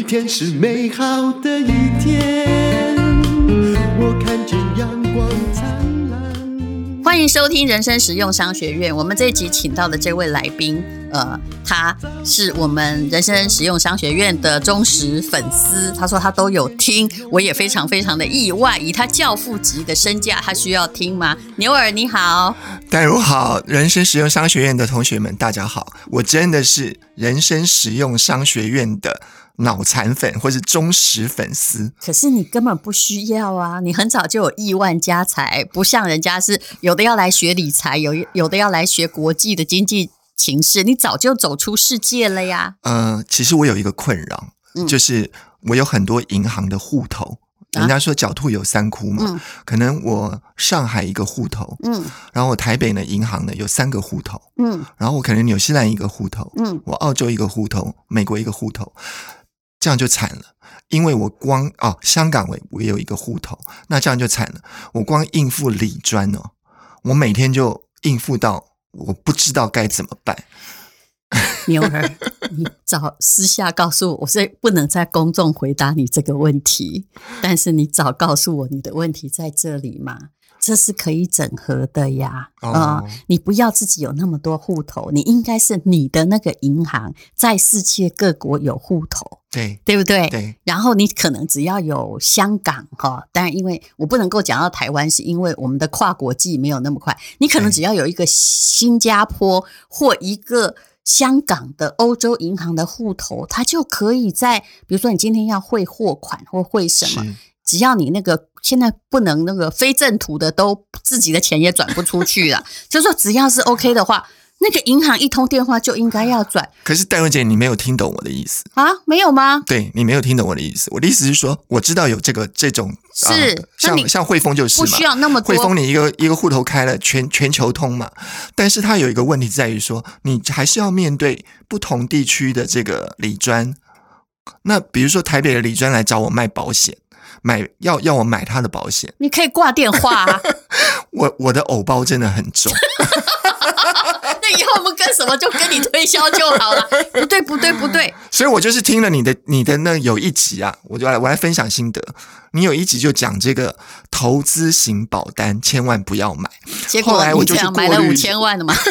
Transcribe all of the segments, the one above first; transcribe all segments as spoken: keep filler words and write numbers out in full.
天是美好的一天，我看见阳光灿烂。 欢迎收听人生实用商学院。我们这一集请到的这位来宾，呃，他是我们人生实用商学院的忠实粉丝。他说他都有听，我也非常非常的意外。以他教父级的身价，他需要听吗？牛耳你好。 淡如好，人生实用商学院的同学们大家好，我真的是人生实用商学院的脑残粉或是忠实粉丝。 可是你根本不需要啊，你很早就有亿万家财，不像人家是有的要来学理财，有有的要来学国际的经济情势，你早就走出世界了呀。 呃，其实我有一个困扰、嗯、就是我有很多银行的户头，人家说狡兔有三窟嘛、嗯、可能我上海一个户头，嗯，然后我台北的银行呢有三个户头，嗯，然后我可能纽西兰一个户头，嗯，我澳洲一个户头，美国一个户头，这样就惨了。因为我光哦，香港我也有一个户头，那这样就惨了。我光应付理专哦，我每天就应付到我不知道该怎么办。 牛儿，你早私下告诉我，我是不能在公众回答你这个问题，但是你早告诉我你的问题在这里嘛，这是可以整合的呀。哦、呃，你不要自己有那么多户头，你应该是你的那个银行在世界各国有户头。 对， 对不对？ 对。 然后你可能只要有香港哈，当然因为我不能够讲到台湾，是因为我们的跨国际没有那么快。你可能只要有一个新加坡或一个香港的欧洲银行的户头，它就可以在，比如说你今天要汇货款或汇什么，只要你那个现在不能那个非正途的，都自己的钱也转不出去了。就是说只要是 OK 的话，那个银行一通电话就应该要转。 可是淡如姐，你没有听懂我的意思啊？没有吗？ 对，你没有听懂我的意思。我的意思是说，我知道有这个这种是、 呃、像像汇丰就是嘛， 不需要那么多。 汇丰你一个一个户头开了全全球通嘛，但是它有一个问题在于说，你还是要面对不同地区的这个理专。那比如说台北的理专来找我卖保险，买要要我买他的保险， 你可以挂电话啊。 我我的偶包真的很重。 那以后我们跟什么就跟你推销就好了。不对不对不对， 所以我就是听了你的你的那有一集啊，我就来我来分享心得。你有一集就讲这个投资型保单千万不要买， 结果你这样买了五千万的嘛。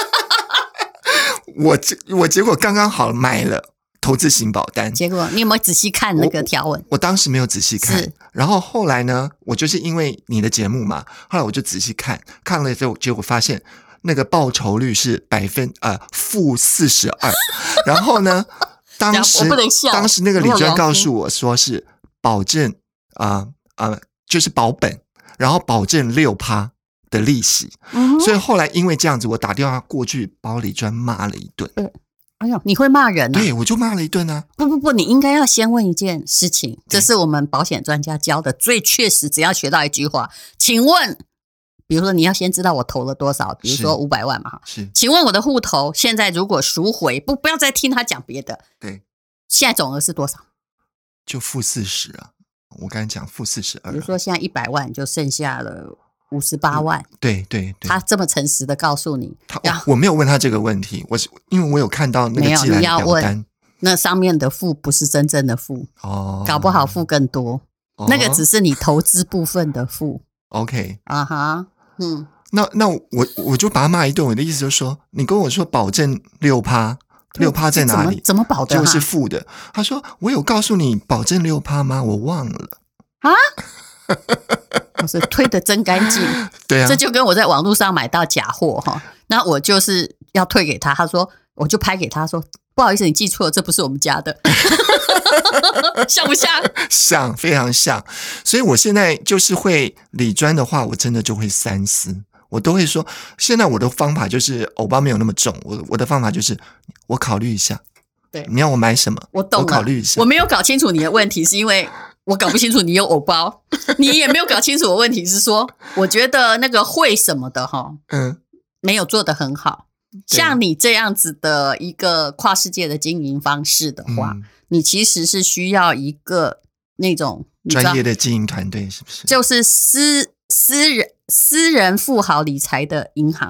我我结果刚刚好买了投资型保单， 结果你有没有仔细看那个条文？ 我, 我当时没有仔细看，然后后来呢，我就是因为你的节目嘛，后来我就仔细看，看了之后，结果发现那个报酬率是百分呃负四十二，然后呢，当时当时那个理专告诉我说是保证啊啊、呃呃、就是保本，然后保证六趴的利息、嗯，所以后来因为这样子，我打电话过去把理专骂了一顿。嗯哎呦，你会骂人啊？ 对，我就骂了一顿啊！ 不不不，你应该要先问一件事情，这是我们保险专家教的最确实，只要学到一句话，请问，比如说你要先知道我投了多少，比如说五百万嘛， 是， 请问我的户头现在如果赎回，不不要再听他讲别的， 对， 现在总额是多少？ 就负四十啊！我刚才讲负四十二， 比如说现在一百万就剩下了五十八万、 嗯、对对对， 他这么诚实的告诉你， 他我没有问他这个问题，我是因为我有看到那个寄来的表单， 那上面的负不是真正的负哦，搞不好负更多、哦，那个只是你投资部分的负。 OK 啊哈，嗯， 那那我我就把他骂一顿，我的意思就是说，你跟我说保证六趴，六趴在哪里？ 怎么怎么保的、啊？ 就是负的。他说我有告诉你保证六趴吗？我忘了啊。我是推得真干净， 对啊， 这就跟我在网络上买到假货哈，那我就是要退给他，他说我就拍给他说不好意思，你记错了，这不是我们家的。像不像？ 像，非常像。所以我现在就是会理专的话，我真的就会三思，我都会说，现在我的方法就是偶包没有那么重，我我的方法就是我考虑一下。 对， 你要我买什么？ 我懂了， 我考虑一下。 我没有搞清楚你的问题，是因为我搞不清楚你有偶包，你也没有搞清楚我问题是说，我觉得那个会什么的哈，嗯，没有做得很好。像你这样子的一个跨世界的经营方式的话，嗯、你其实是需要一个那种专业的经营团队，是不是？ 就是私私人私人富豪理财的银行。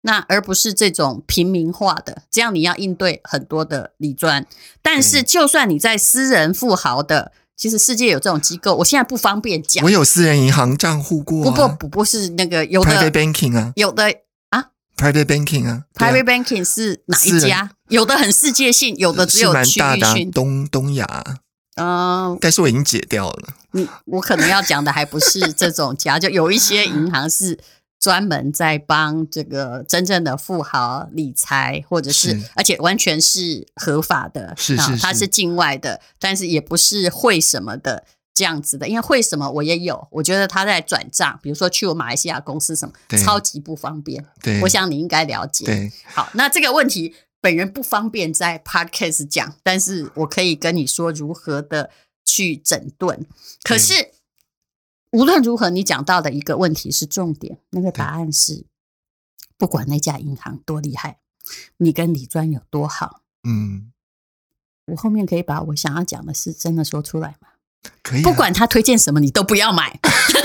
那而不是这种平民化的，这样你要应对很多的理专。但是就算你在私人富豪的，其实世界有这种机构，我现在不方便讲。 我有私人银行账户过、啊， 不不不不是那个有的 private banking 啊， 有的啊 private banking 啊 ，private banking 是哪一家？有的很世界性，有的只有区域性。 东东亚， 嗯、呃， 但是我已经解掉了。 你我可能要讲的还不是这种家，就有一些银行是专门在帮这个真正的富豪理财，或者是, 是而且完全是合法的， 是是是， 它是境外的，但是也不是汇什么的这样子的，因为汇什么我也有，我觉得他在转账，比如说去我马来西亚公司什么，超级不方便。 对， 我想你应该了解。 对， 好，那这个问题本人不方便在 podcast 讲，但是我可以跟你说如何的去整顿。可是无论如何，你讲到的一个问题是重点，那个答案是不管那家银行多厉害，你跟理专有多好， 嗯， 我后面可以把我想要讲的事真的说出来吗？ 可以、啊， 不管他推荐什么你都不要买。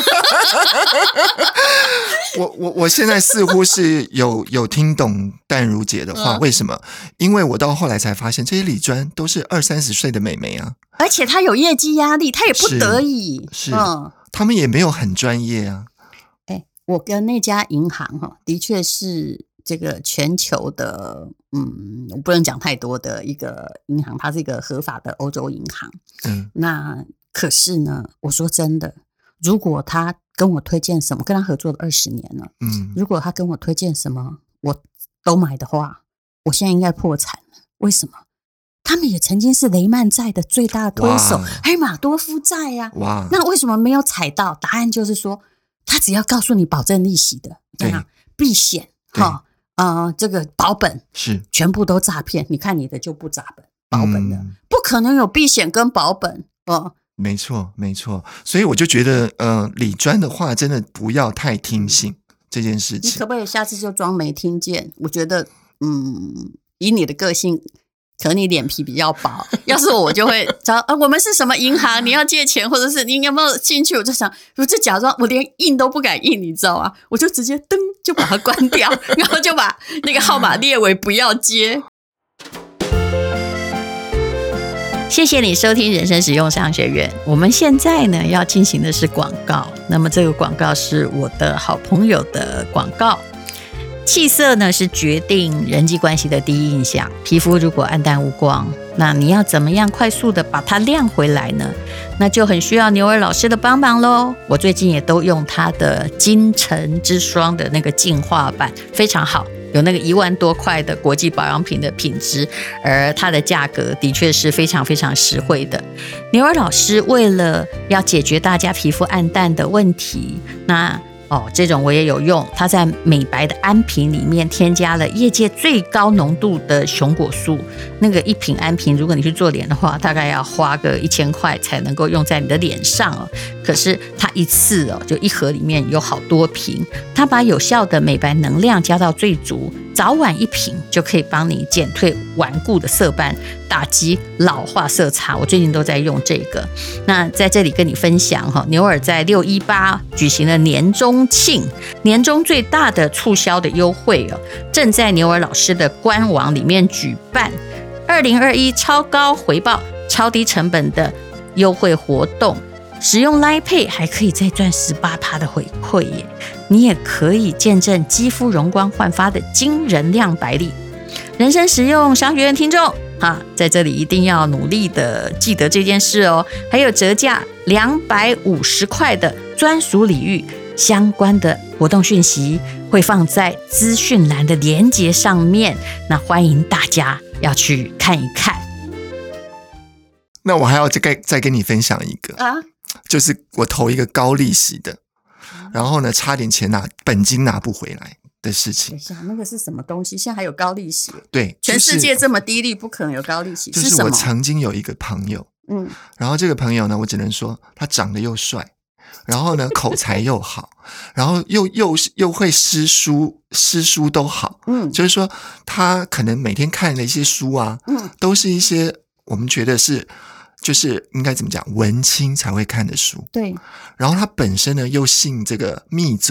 我我我现在似乎是有有听懂淡如姐的话、嗯、为什么？因为我到后来才发现这些理专都是二三十岁的美眉啊， 而且他有业绩压力，他也不得已， 是，是嗯，他们也没有很专业啊。 欸、我跟那家银行的确是这个全球的，嗯，我不能讲太多的一个银行，它是一个合法的欧洲银行。 嗯， 那可是呢，我说真的，如果他跟我推荐什么，跟他合作了二十年了， 嗯， 如果他跟我推荐什么我都买的话，我现在应该破产了。为什么？他们也曾经是雷曼债的最大推手，还有马多夫债啊。 哇， 那为什么没有踩到？答案就是说，他只要告诉你保证利息的， 对， 避险，哈，呃，这个保本是全部都诈骗。你看你的就不诈本保本的、 嗯， 不可能有避险跟保本哦。 没错，没错，所以我就觉得，呃，理专的话真的不要太听信这件事情。 你可不可以下次就装没听见？我觉得，嗯，以你的个性，可能你脸皮比较薄。要是我，我就会找啊，我们是什么银行？你要借钱，或者是你有没有兴趣？我就想，我就假装我连印都不敢印，你知道吗？我就直接噔就把它关掉，然后就把那个号码列为不要接。谢谢你收听人生实用商学院。我们现在呢要进行的是广告，那么这个广告是我的好朋友的广告。气色呢是决定人际关系的第一印象，皮肤如果暗淡无光，那你要怎么样快速的把它亮回来呢？那就很需要牛儿老师的帮忙咯。我最近也都用它的金橙之霜的那个净化版，非常好，有那个一万多块的国际保养品的品质，而它的价格的确是非常非常实惠的。牛儿老师为了要解决大家皮肤暗淡的问题，那哦，这种我也有用，它在美白的安瓶里面添加了业界最高浓度的熊果素，那个一瓶安瓶，如果你去做脸的话，大概要花个一千块才能够用在你的脸上哦。可是它一次哦，就一盒里面有好多瓶，它把有效的美白能量加到最足，早晚一瓶就可以帮你减退顽固的色斑，打击老化色差。我最近都在用这个。那在这里跟你分享哈，牛耳在六一八举行了年终庆，年终最大的促销的优惠哦，正在牛耳老师的官网里面举办二零二一超高回报、超低成本的优惠活动。使用 Line Pay 还可以再赚 百分之十八 的回馈耶！你也可以见证肌肤容光焕发的惊人亮白力。人生实用商学院听众啊，在这里一定要努力的记得这件事哦。还有折价两百五十块的专属礼遇，相关的活动讯息会放在资讯栏的连结上面，那欢迎大家要去看一看。 那我还要再再跟你分享一个啊。 就是我投一个高利息的，然后呢，差点钱拿本金拿不回来的事情。 等一下，那个是什么东西？现在还有高利息？ 对， 全世界这么低利，不可能有高利息。 就是我曾经有一个朋友， 嗯， 然后这个朋友呢，我只能说他长得又帅，然后呢口才又好，然后又又又会诗书，诗书都好， 嗯， 就是说他可能每天看的一些书啊， 嗯， 都是一些我们觉得是。就是应该怎么讲，文青才会看的书。 对。 然后他本身呢又信这个密宗，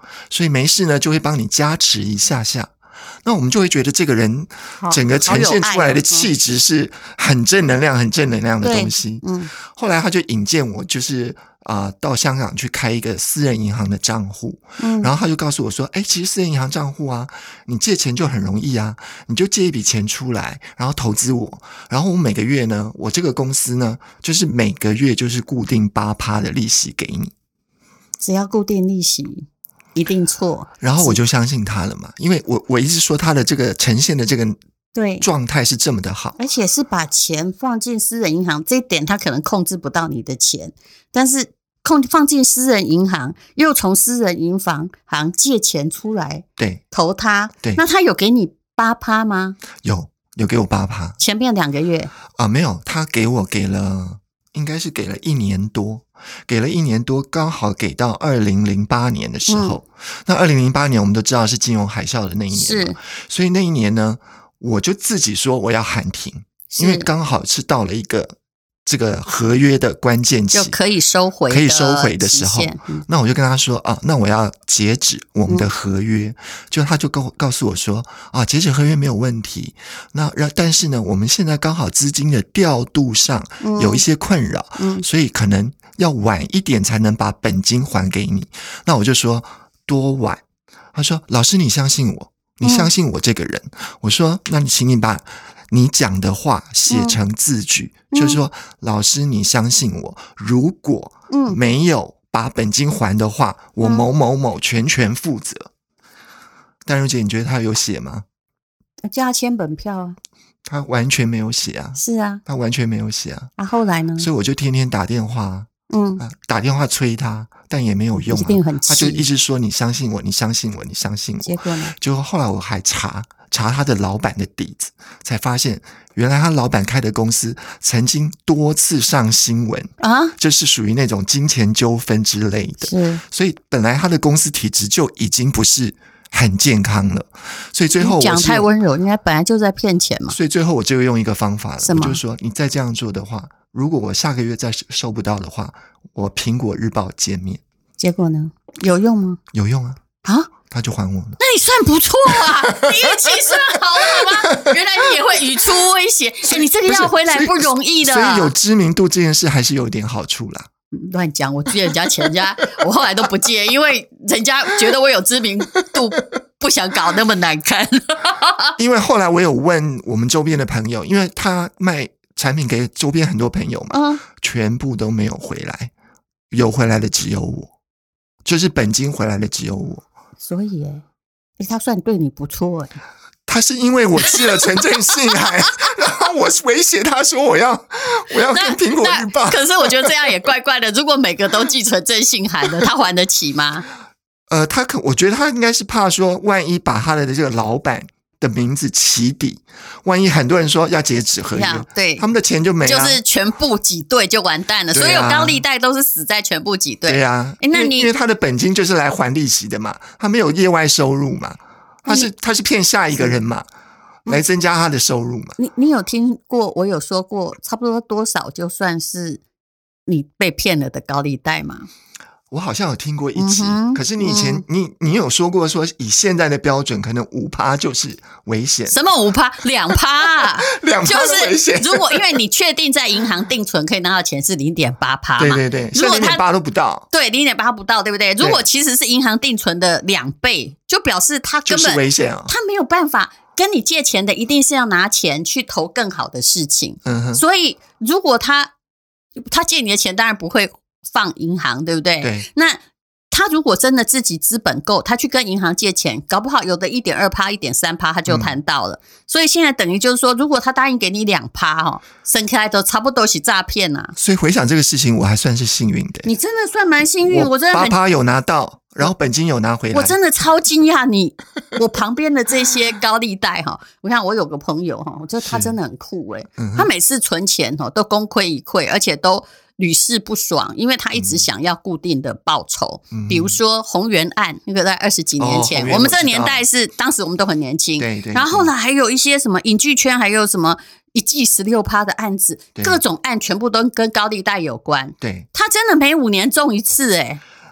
所以没事呢就会帮你加持一下下。那我们就会觉得这个人整个呈现出来的气质是很正能量、很正能量的东西。嗯，后来他就引荐我，就是啊、呃，到香港去开一个私人银行的账户。嗯，然后他就告诉我说：“哎，其实私人银行账户啊，你借钱就很容易啊，你就借一笔钱出来，然后投资我，然后我每个月呢，我这个公司呢，就是每个月就是固定八趴的利息给你， 只要固定利息。”一定错， 然后我就相信他了嘛，因为我我一直说他的这个呈现的这个对状态是这么的好， 而且是把钱放进私人银行，这一点他可能控制不到你的钱，但是控放进私人银行，又从私人银行行借钱出来， 对， 投他， 对， 那他有给你八趴吗？ 有，有给我八趴， 前面两个月啊，没有，他给我给了，应该是给了一年多。给了一年多，刚好给到二零零八年的时候。嗯、那二零零八年我们都知道是金融海啸的那一年嘛，所以那一年呢，我就自己说我要喊停，因为刚好是到了一个这个合约的关键期， 就可以收回的可以收回的时候。 嗯、 那我就跟他说啊，那我要截止我们的合约。嗯、就他就告告诉我说啊，截止合约没有问题。那但是呢，我们现在刚好资金的调度上有一些困扰，嗯、所以可能要晚一点才能把本金还给你。那我就说多晚？他说老师你相信我，你相信我这个人。嗯、我说那你请你把你讲的话写成字句，嗯、就是说老师你相信我，如果没有把本金还的话，嗯、我某某某全权负责。淡如姐你觉得他有写吗？ 叫他签本票啊。 他完全没有写啊。 是啊， 他完全没有写啊。 啊后来呢？所以我就天天打电话嗯、啊，打电话催他，但也没有用、啊、 一定很气， 他就一直说你相信我，你相信我，你相信我。 结果呢？ 结果后来我还查查他的老板的底子，才发现原来他老板开的公司曾经多次上新闻啊，就是属于那种金钱纠纷之类的。是，所以本来他的公司体质就已经不是很健康了，所以最后我讲太温柔，应该本来就在骗钱嘛。 所以最后我就用一个方法了，我就说你再这样做的话，如果我下个月再收不到的话，我苹果日报见面。结果呢？有用吗？ 有用啊！ 啊， 他就还我了。 那你算不错啊，你运气算好了好吗？原来你也会语出威胁，欸、你这个要回来不容易的。 所以, 所以有知名度这件事还是有点好处啦。 乱讲，我借人家钱，人家我后来都不借，因为人家觉得我有知名度，不想搞那么难看。 因为后来我有问我们周边的朋友，因为他卖产品给周边很多朋友嘛，嗯、全部都没有回来，有回来的只有我，就是本金回来的只有我。 所以欸，欸他算对你不错欸。 他是因为我寄了纯正信函，然后我威胁他说我要我要跟苹果日报。 可是我觉得这样也怪怪的，如果每个都寄纯正信函的，他还得起吗？ 呃，他可我觉得他应该是怕说，万一把他的这个老板的名字起底，万一很多人说要截止合约， 对， 他们的钱就没了， 就是全部挤兑就完蛋了。啊、所有高利贷都是死在全部挤兑。 对啊，欸、那你因为他的本金就是来还利息的嘛，他没有业外收入嘛。他是他是骗下一个人嘛，嗯、来增加他的收入嘛。 你你有听过我有说过差不多多少就算是你被骗了的高利贷吗？ 我好像有听过一集，嗯、可是你以前、嗯、你你有说过说以现在的标准，可能五趴就是危险。 什么五趴？两趴， 两趴是危险。 如果因为你确定在银行定存可以拿到钱是零点八趴嘛？ 对对对，如果零点八都不到， 对零点八不到，对不对？如果其实是银行定存的两倍，就表示他根本就是危险啊， 他没有办法跟你借钱的，一定是要拿钱去投更好的事情。嗯哼，所以如果他他借你的钱，当然不会放银行，对不对？ 对。 那他如果真的自己资本够，他去跟银行借钱，搞不好有的 一点二趴、一点三趴 他就谈到了。嗯、所以现在等于就是说，如果他答应给你两趴哦，生起来都差不多是诈骗啊。 所以回想这个事情，我还算是幸运的。 你真的算蛮幸运，我真的八趴有拿到，然后本金有拿回来。 我真的超惊讶你，我旁边的这些高利贷哈，我看我有个朋友哈，我觉得他真的很酷哎、嗯，他每次存钱哈都功亏一篑，而且都屡试不爽，因为他一直想要固定的报酬。嗯、比如说宏源案，那个在二十几年前，哦、我们这个年代是当时我们都很年轻。 对 对, 对。 然后后来还有一些什么影剧圈，还有什么一季十六趴的案子，各种案全部都跟高利贷有关。 对， 他真的每五年中一次哎、欸。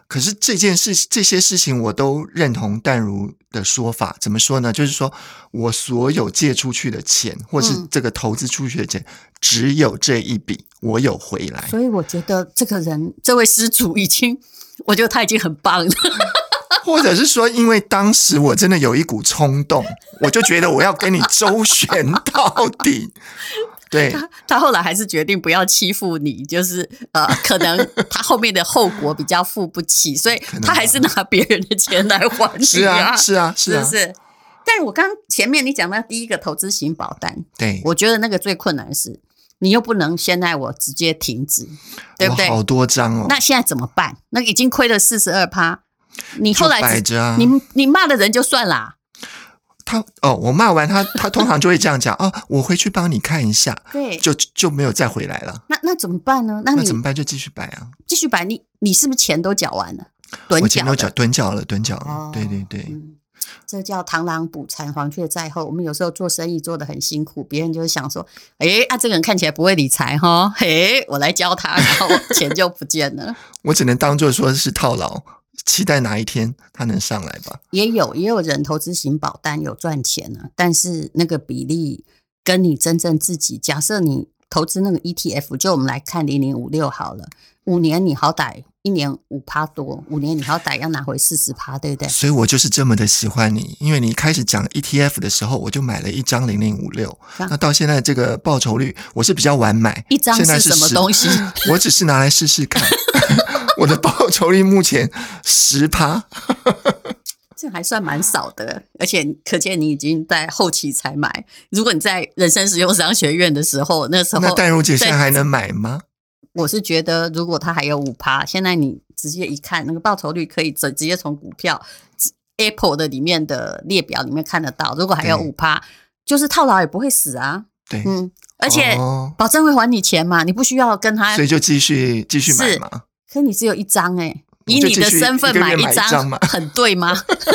可是这件事这些事情我都认同淡如的说法，怎么说呢？就是说我所有借出去的钱或是这个投资出去的钱、嗯、只有这一笔我有回来。 所以我觉得这个人这位施主已经，我觉得他已经很棒了。 或者是说因为当时我真的有一股冲动，我就觉得我要跟你周旋到底。对， 他他后来还是决定不要欺负你，就是呃，可能他后面的后果比较付不起，所以他还是拿别人的钱来还你、啊。 是啊，是啊，是啊， 是不是？但是我刚前面你讲到第一个投资型保单， 对， 我觉得那个最困难的是，你又不能现在我直接停止，对不对？ 好多张哦。 那现在怎么办？那已经亏了 百分之四十二， 你后来摆着啊， 你你骂的人就算啦。 他哦，我骂完他，他通常就会这样讲哦，我回去帮你看一下， 对， 就就没有再回来了。 那那怎么办呢？那你那怎么办？就继续摆啊， 继续摆。你你是不是钱都缴完了？趸缴， 我钱都缴，趸缴了，趸缴了。哦、对对对、 嗯，这叫螳螂捕蝉，黄雀在后。我们有时候做生意做得很辛苦，别人就会想说，哎啊，这个人看起来不会理财哈，嘿，我来教他，然后钱就不见了。 我只能当作说是套牢。期待哪一天他能上来吧。 也有也有人投资型保单有赚钱啊，但是那个比例跟你真正自己，假设你投资那个 E T F， 就我们来看零零五六好了，五年你好歹一年 百分之五 多，五年你好歹要拿回 百分之四十， 对不对？ 所以我就是这么的喜欢你，因为你一开始讲 E T F 的时候，我就买了一张零零五六，那到现在这个报酬率我是比较晚买， 一张是什么东西？ 我只是拿来试试看。我的报酬率目前 百分之十， 这还算蛮少的，而且可见你已经在后期才买。如果你在人生实用商学院的时候，那时候那淡如姐现在还能买吗？ 我是觉得如果它还有 百分之五， 现在你直接一看那个报酬率可以直接从股票 Apple 的里面的列表里面看得到，如果还有 百分之五， 就是套牢也不会死啊。 对， 嗯，而且保证会还你钱嘛，你不需要跟他， 所以就继续继续买嘛。 可你只有一张哎、欸，以你的身份买一张很对吗？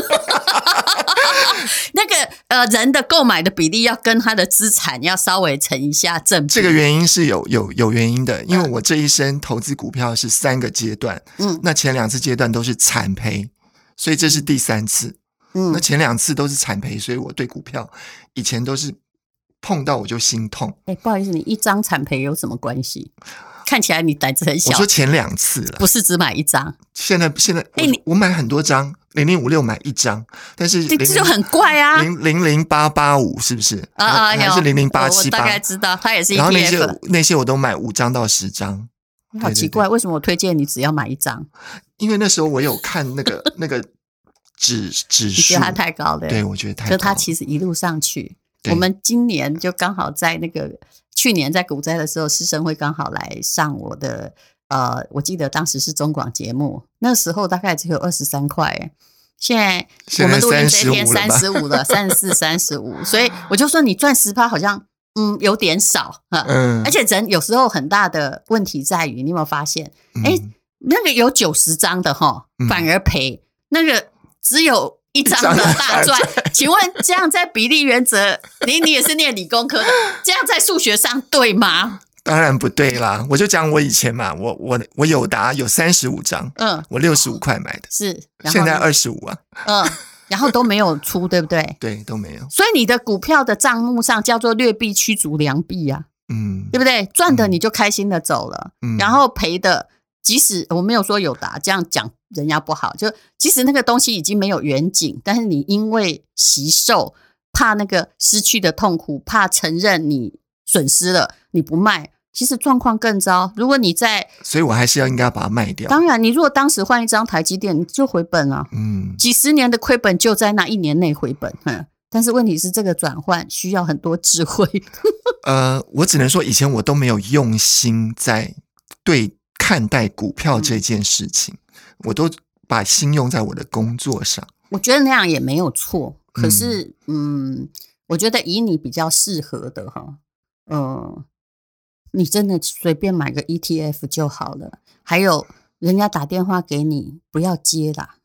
那个呃人的购买的比例要跟他的资产要稍微乘一下正比。 这个原因是有有有原因的，因为我这一生投资股票是三个阶段，嗯，那前两次阶段都是惨赔，所以这是第三次，嗯，那前两次都是惨赔，所以我对股票以前都是碰到我就心痛。 哎，不好意思，你一张惨赔有什么关系？看起来你胆子很小。 我说前两次了， 不是只买一张。 现在现在，哎，我买很多张，零零五六买一张，但是这就很怪啊。 零零零八八五是不是？啊啊，还是零零八七八？ 我大概知道，它也是 E T F。 然后那些那些我都买五张到十张。 好奇怪，对对对，为什么我推荐你只要买一张？ 因为那时候我有看那个那个指指数， 你觉得它太高了？ 对，我觉得太高了。 可是它其实一路上去，我们今年就刚好在那个。去年在股灾的时候，师生会刚好来上我的，呃，我记得当时是中广节目，那时候大概只有二十三块，现在我们录音这一天三十五了，三十四、三十五，所以我就说你赚 百分之十 好像嗯有点少，嗯，而且人有时候很大的问题在于，你有没有发现，哎、嗯，那个有九十张的哈，反而赔，嗯、那个只有。一张的大赚，请问这样在比例原则，你你也是念理工科的，这样在数学上对吗？ 当然不对啦，我就讲我以前嘛，我我我友达有三十五张，嗯，我六十五块买的， 是， 现在二十五啊， 嗯，然后都没有出，对不对？ 对，都没有。 所以你的股票的账目上叫做劣币驱逐良币啊，嗯，对不对？赚的你就开心的走了，嗯，然后赔的。即使我没有说友达这样讲人家不好，就即使那个东西已经没有远景，但是你因为惜售，怕那个失去的痛苦，怕承认你损失了，你不卖，其实状况更糟。如果你在， 所以我还是要应该把它卖掉。 当然，你如果当时换一张台积电，你就回本了。嗯，几十年的亏本就在那一年内回本。嗯，但是问题是这个转换需要很多智慧。 呃，我只能说以前我都没有用心在对。看待股票这件事情、嗯、我都把心用在我的工作上。 我觉得那样也没有错，可是 嗯, 嗯，我觉得以你比较适合的哈，呃，你真的随便买个 E T F 就好了。还有人家打电话给你不要接啦。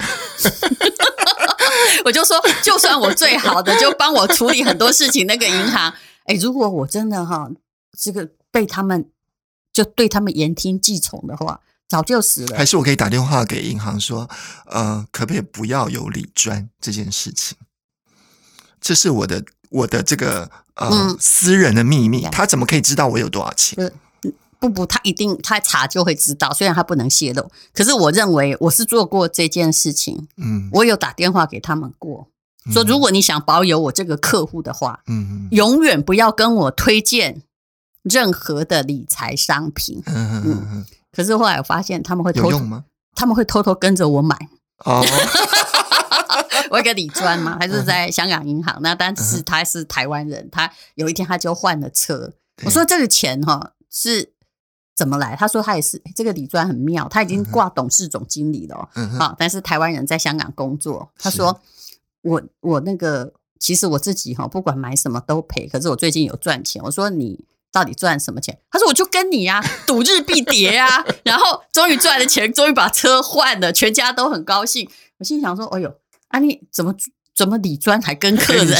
我就说就算我最好的就帮我处理很多事情那个银行，哎，如果我真的哈这个被他们就对他们言听计从的话， 早就死了。 还是我可以打电话给银行说，呃，可不可以不要有理专这件事情？这是我的我的这个呃、嗯、私人的秘密，他怎么可以知道我有多少钱？ 不不，他一定他查就会知道，虽然他不能泄露，可是我认为我是做过这件事情。嗯，我有打电话给他们过，嗯、说如果你想保有我这个客户的话，嗯，永远不要跟我推荐任何的理财商品。嗯嗯嗯嗯。可是后来我发现他们会偷有用吗？ 他们会偷偷跟着我买。 哦。 我有个理专嘛，他是在香港银行，那但是他是台湾人，他有一天他就换了车。我说这个钱哈是怎么来？他说他也是这个理专很妙，他已经挂董事总经理了、嗯啊、但是台湾人在香港工作。他说我我那个其实我自己哈不管买什么都赔，可是我最近有赚钱。我说你到底赚什么钱？他说我就跟你啊赌日必跌啊，然后终于赚了钱，终于把车换了，全家都很高兴。我心想说哎呦啊你怎么怎么理专还跟客人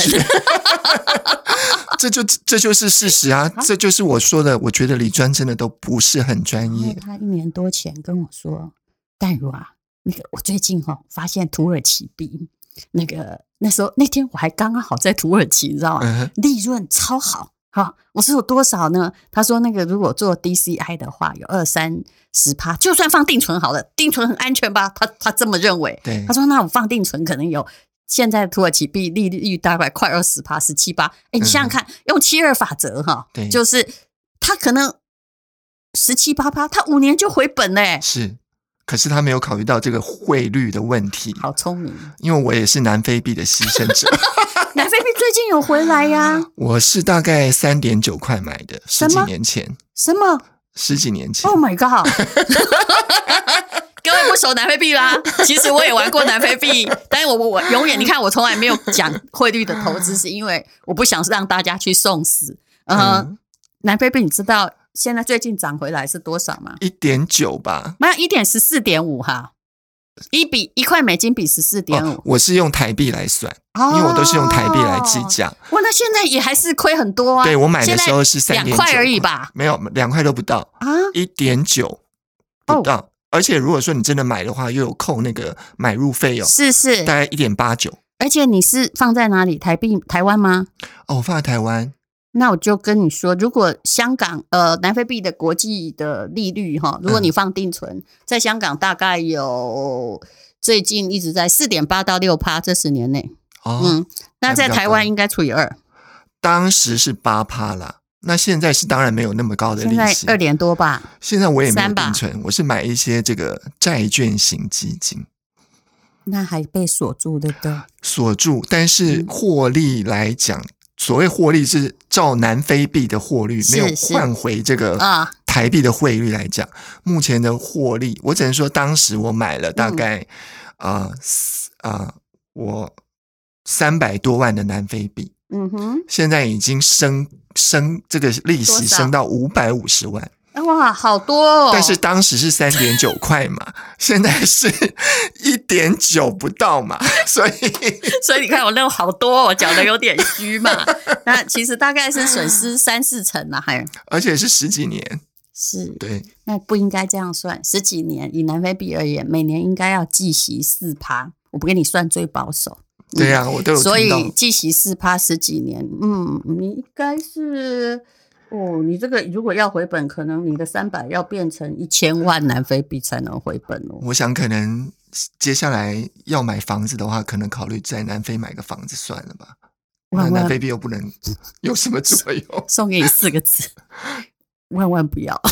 这就这就是事实啊，啊这就是我说的，我觉得理专真的都不是很专业。 他一年多前跟我说，淡如啊，那个我最近哈、哦、发现土耳其币那个那时候那天我还刚刚好在土耳其，你知道吗？嗯、利润超好。好，我说有多少呢？他说那个如果做 D C I 的话，有二三十趴，就算放定存好了，定存很安全吧？他他这么认为。 对， 他说那我放定存可能有现在土耳其币利率大概快二十趴，十七八。哎，你想想看，嗯、用七二法则哈，就是他可能十七八趴，他五年就回本嘞。 是。可是他没有考虑到这个汇率的问题。 好聪明， 因为我也是南非币的牺牲者。 南非币最近有回来呀？ 我是大概三点九块买的，十几年前。 什么？ 十几年前 ？Oh my god！ 各位不熟南非币啦，其实我也玩过南非币，但是我我永远你看我从来没有讲汇率的投资，是因为我不想让大家去送死。呃、嗯，南非币你知道？现在最近涨回来是多少吗？ 一点九吧， 没有一点十四点五哈，一比一块美金比十四点五。 我是用台币来算，哦、因为我都是用台币来计价。 哇，那现在也还是亏很多啊。 对，我买的时候是三点九两块而已吧？ 没有，两块都不到啊，一点九不到。哦、而且如果说你真的买的话，又有扣那个买入费哦， 是是， 大概一点八九。 而且你是放在哪里？台币台湾吗？ 哦，我放在台湾。 那我就跟你说，如果香港呃南非币的国际的利率哈，如果你放定存，嗯、在香港大概有最近一直在四点八到六趴，这十年内。哦，嗯，那在台湾应该除以二。 当时是八趴啦，那现在是当然没有那么高的利息， 现在二点多吧。 现在我也没有定存，我是买一些这个债券型基金。 那还被锁住对不对？ 锁住，但是获利来讲。嗯所谓获利是照南非币的获利，没有换回这个台币的汇率来讲，目前的获利，我只能说当时我买了大概啊啊、嗯呃呃，我三百多万的南非币，嗯哼，现在已经升升这个利息升到五百五十万。 哇，好多哦！ 但是当时是三点九块嘛，现在是一点九不到嘛，所以所以你看我那个好多，我讲的有点虚嘛。那其实大概是损失三四成啦，还而且是十几年， 是对， 那不应该这样算。十几年以南非币而言，每年应该要计息四趴，我不给你算最保守。 对呀、啊，我都有听到。 所以计息四趴十几年，嗯，你应该是。哦，你这个如果要回本，可能你的三百要变成一千万南非币才能回本哦。 我想可能接下来要买房子的话，可能考虑在南非买个房子算了吧。那南非币又不能有什么作用？ 送给你四个字：万万不要。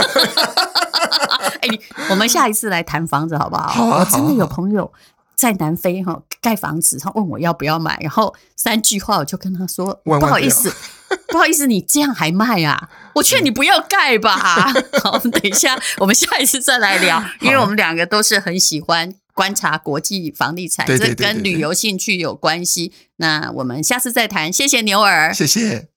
哎，我们下一次来谈房子好不好？ 好啊， 我真的有朋友在南非哈盖房子，他问我要不要买，然后三句话我就跟他说： 万万不好意思。不好意思，你这样还卖啊？我劝你不要盖吧。好，等一下，我们下一次再来聊，因为我们两个都是很喜欢观察国际房地产， 对对对对对， 这跟旅游兴趣有关系。那我们下次再谈，谢谢牛儿， 谢谢。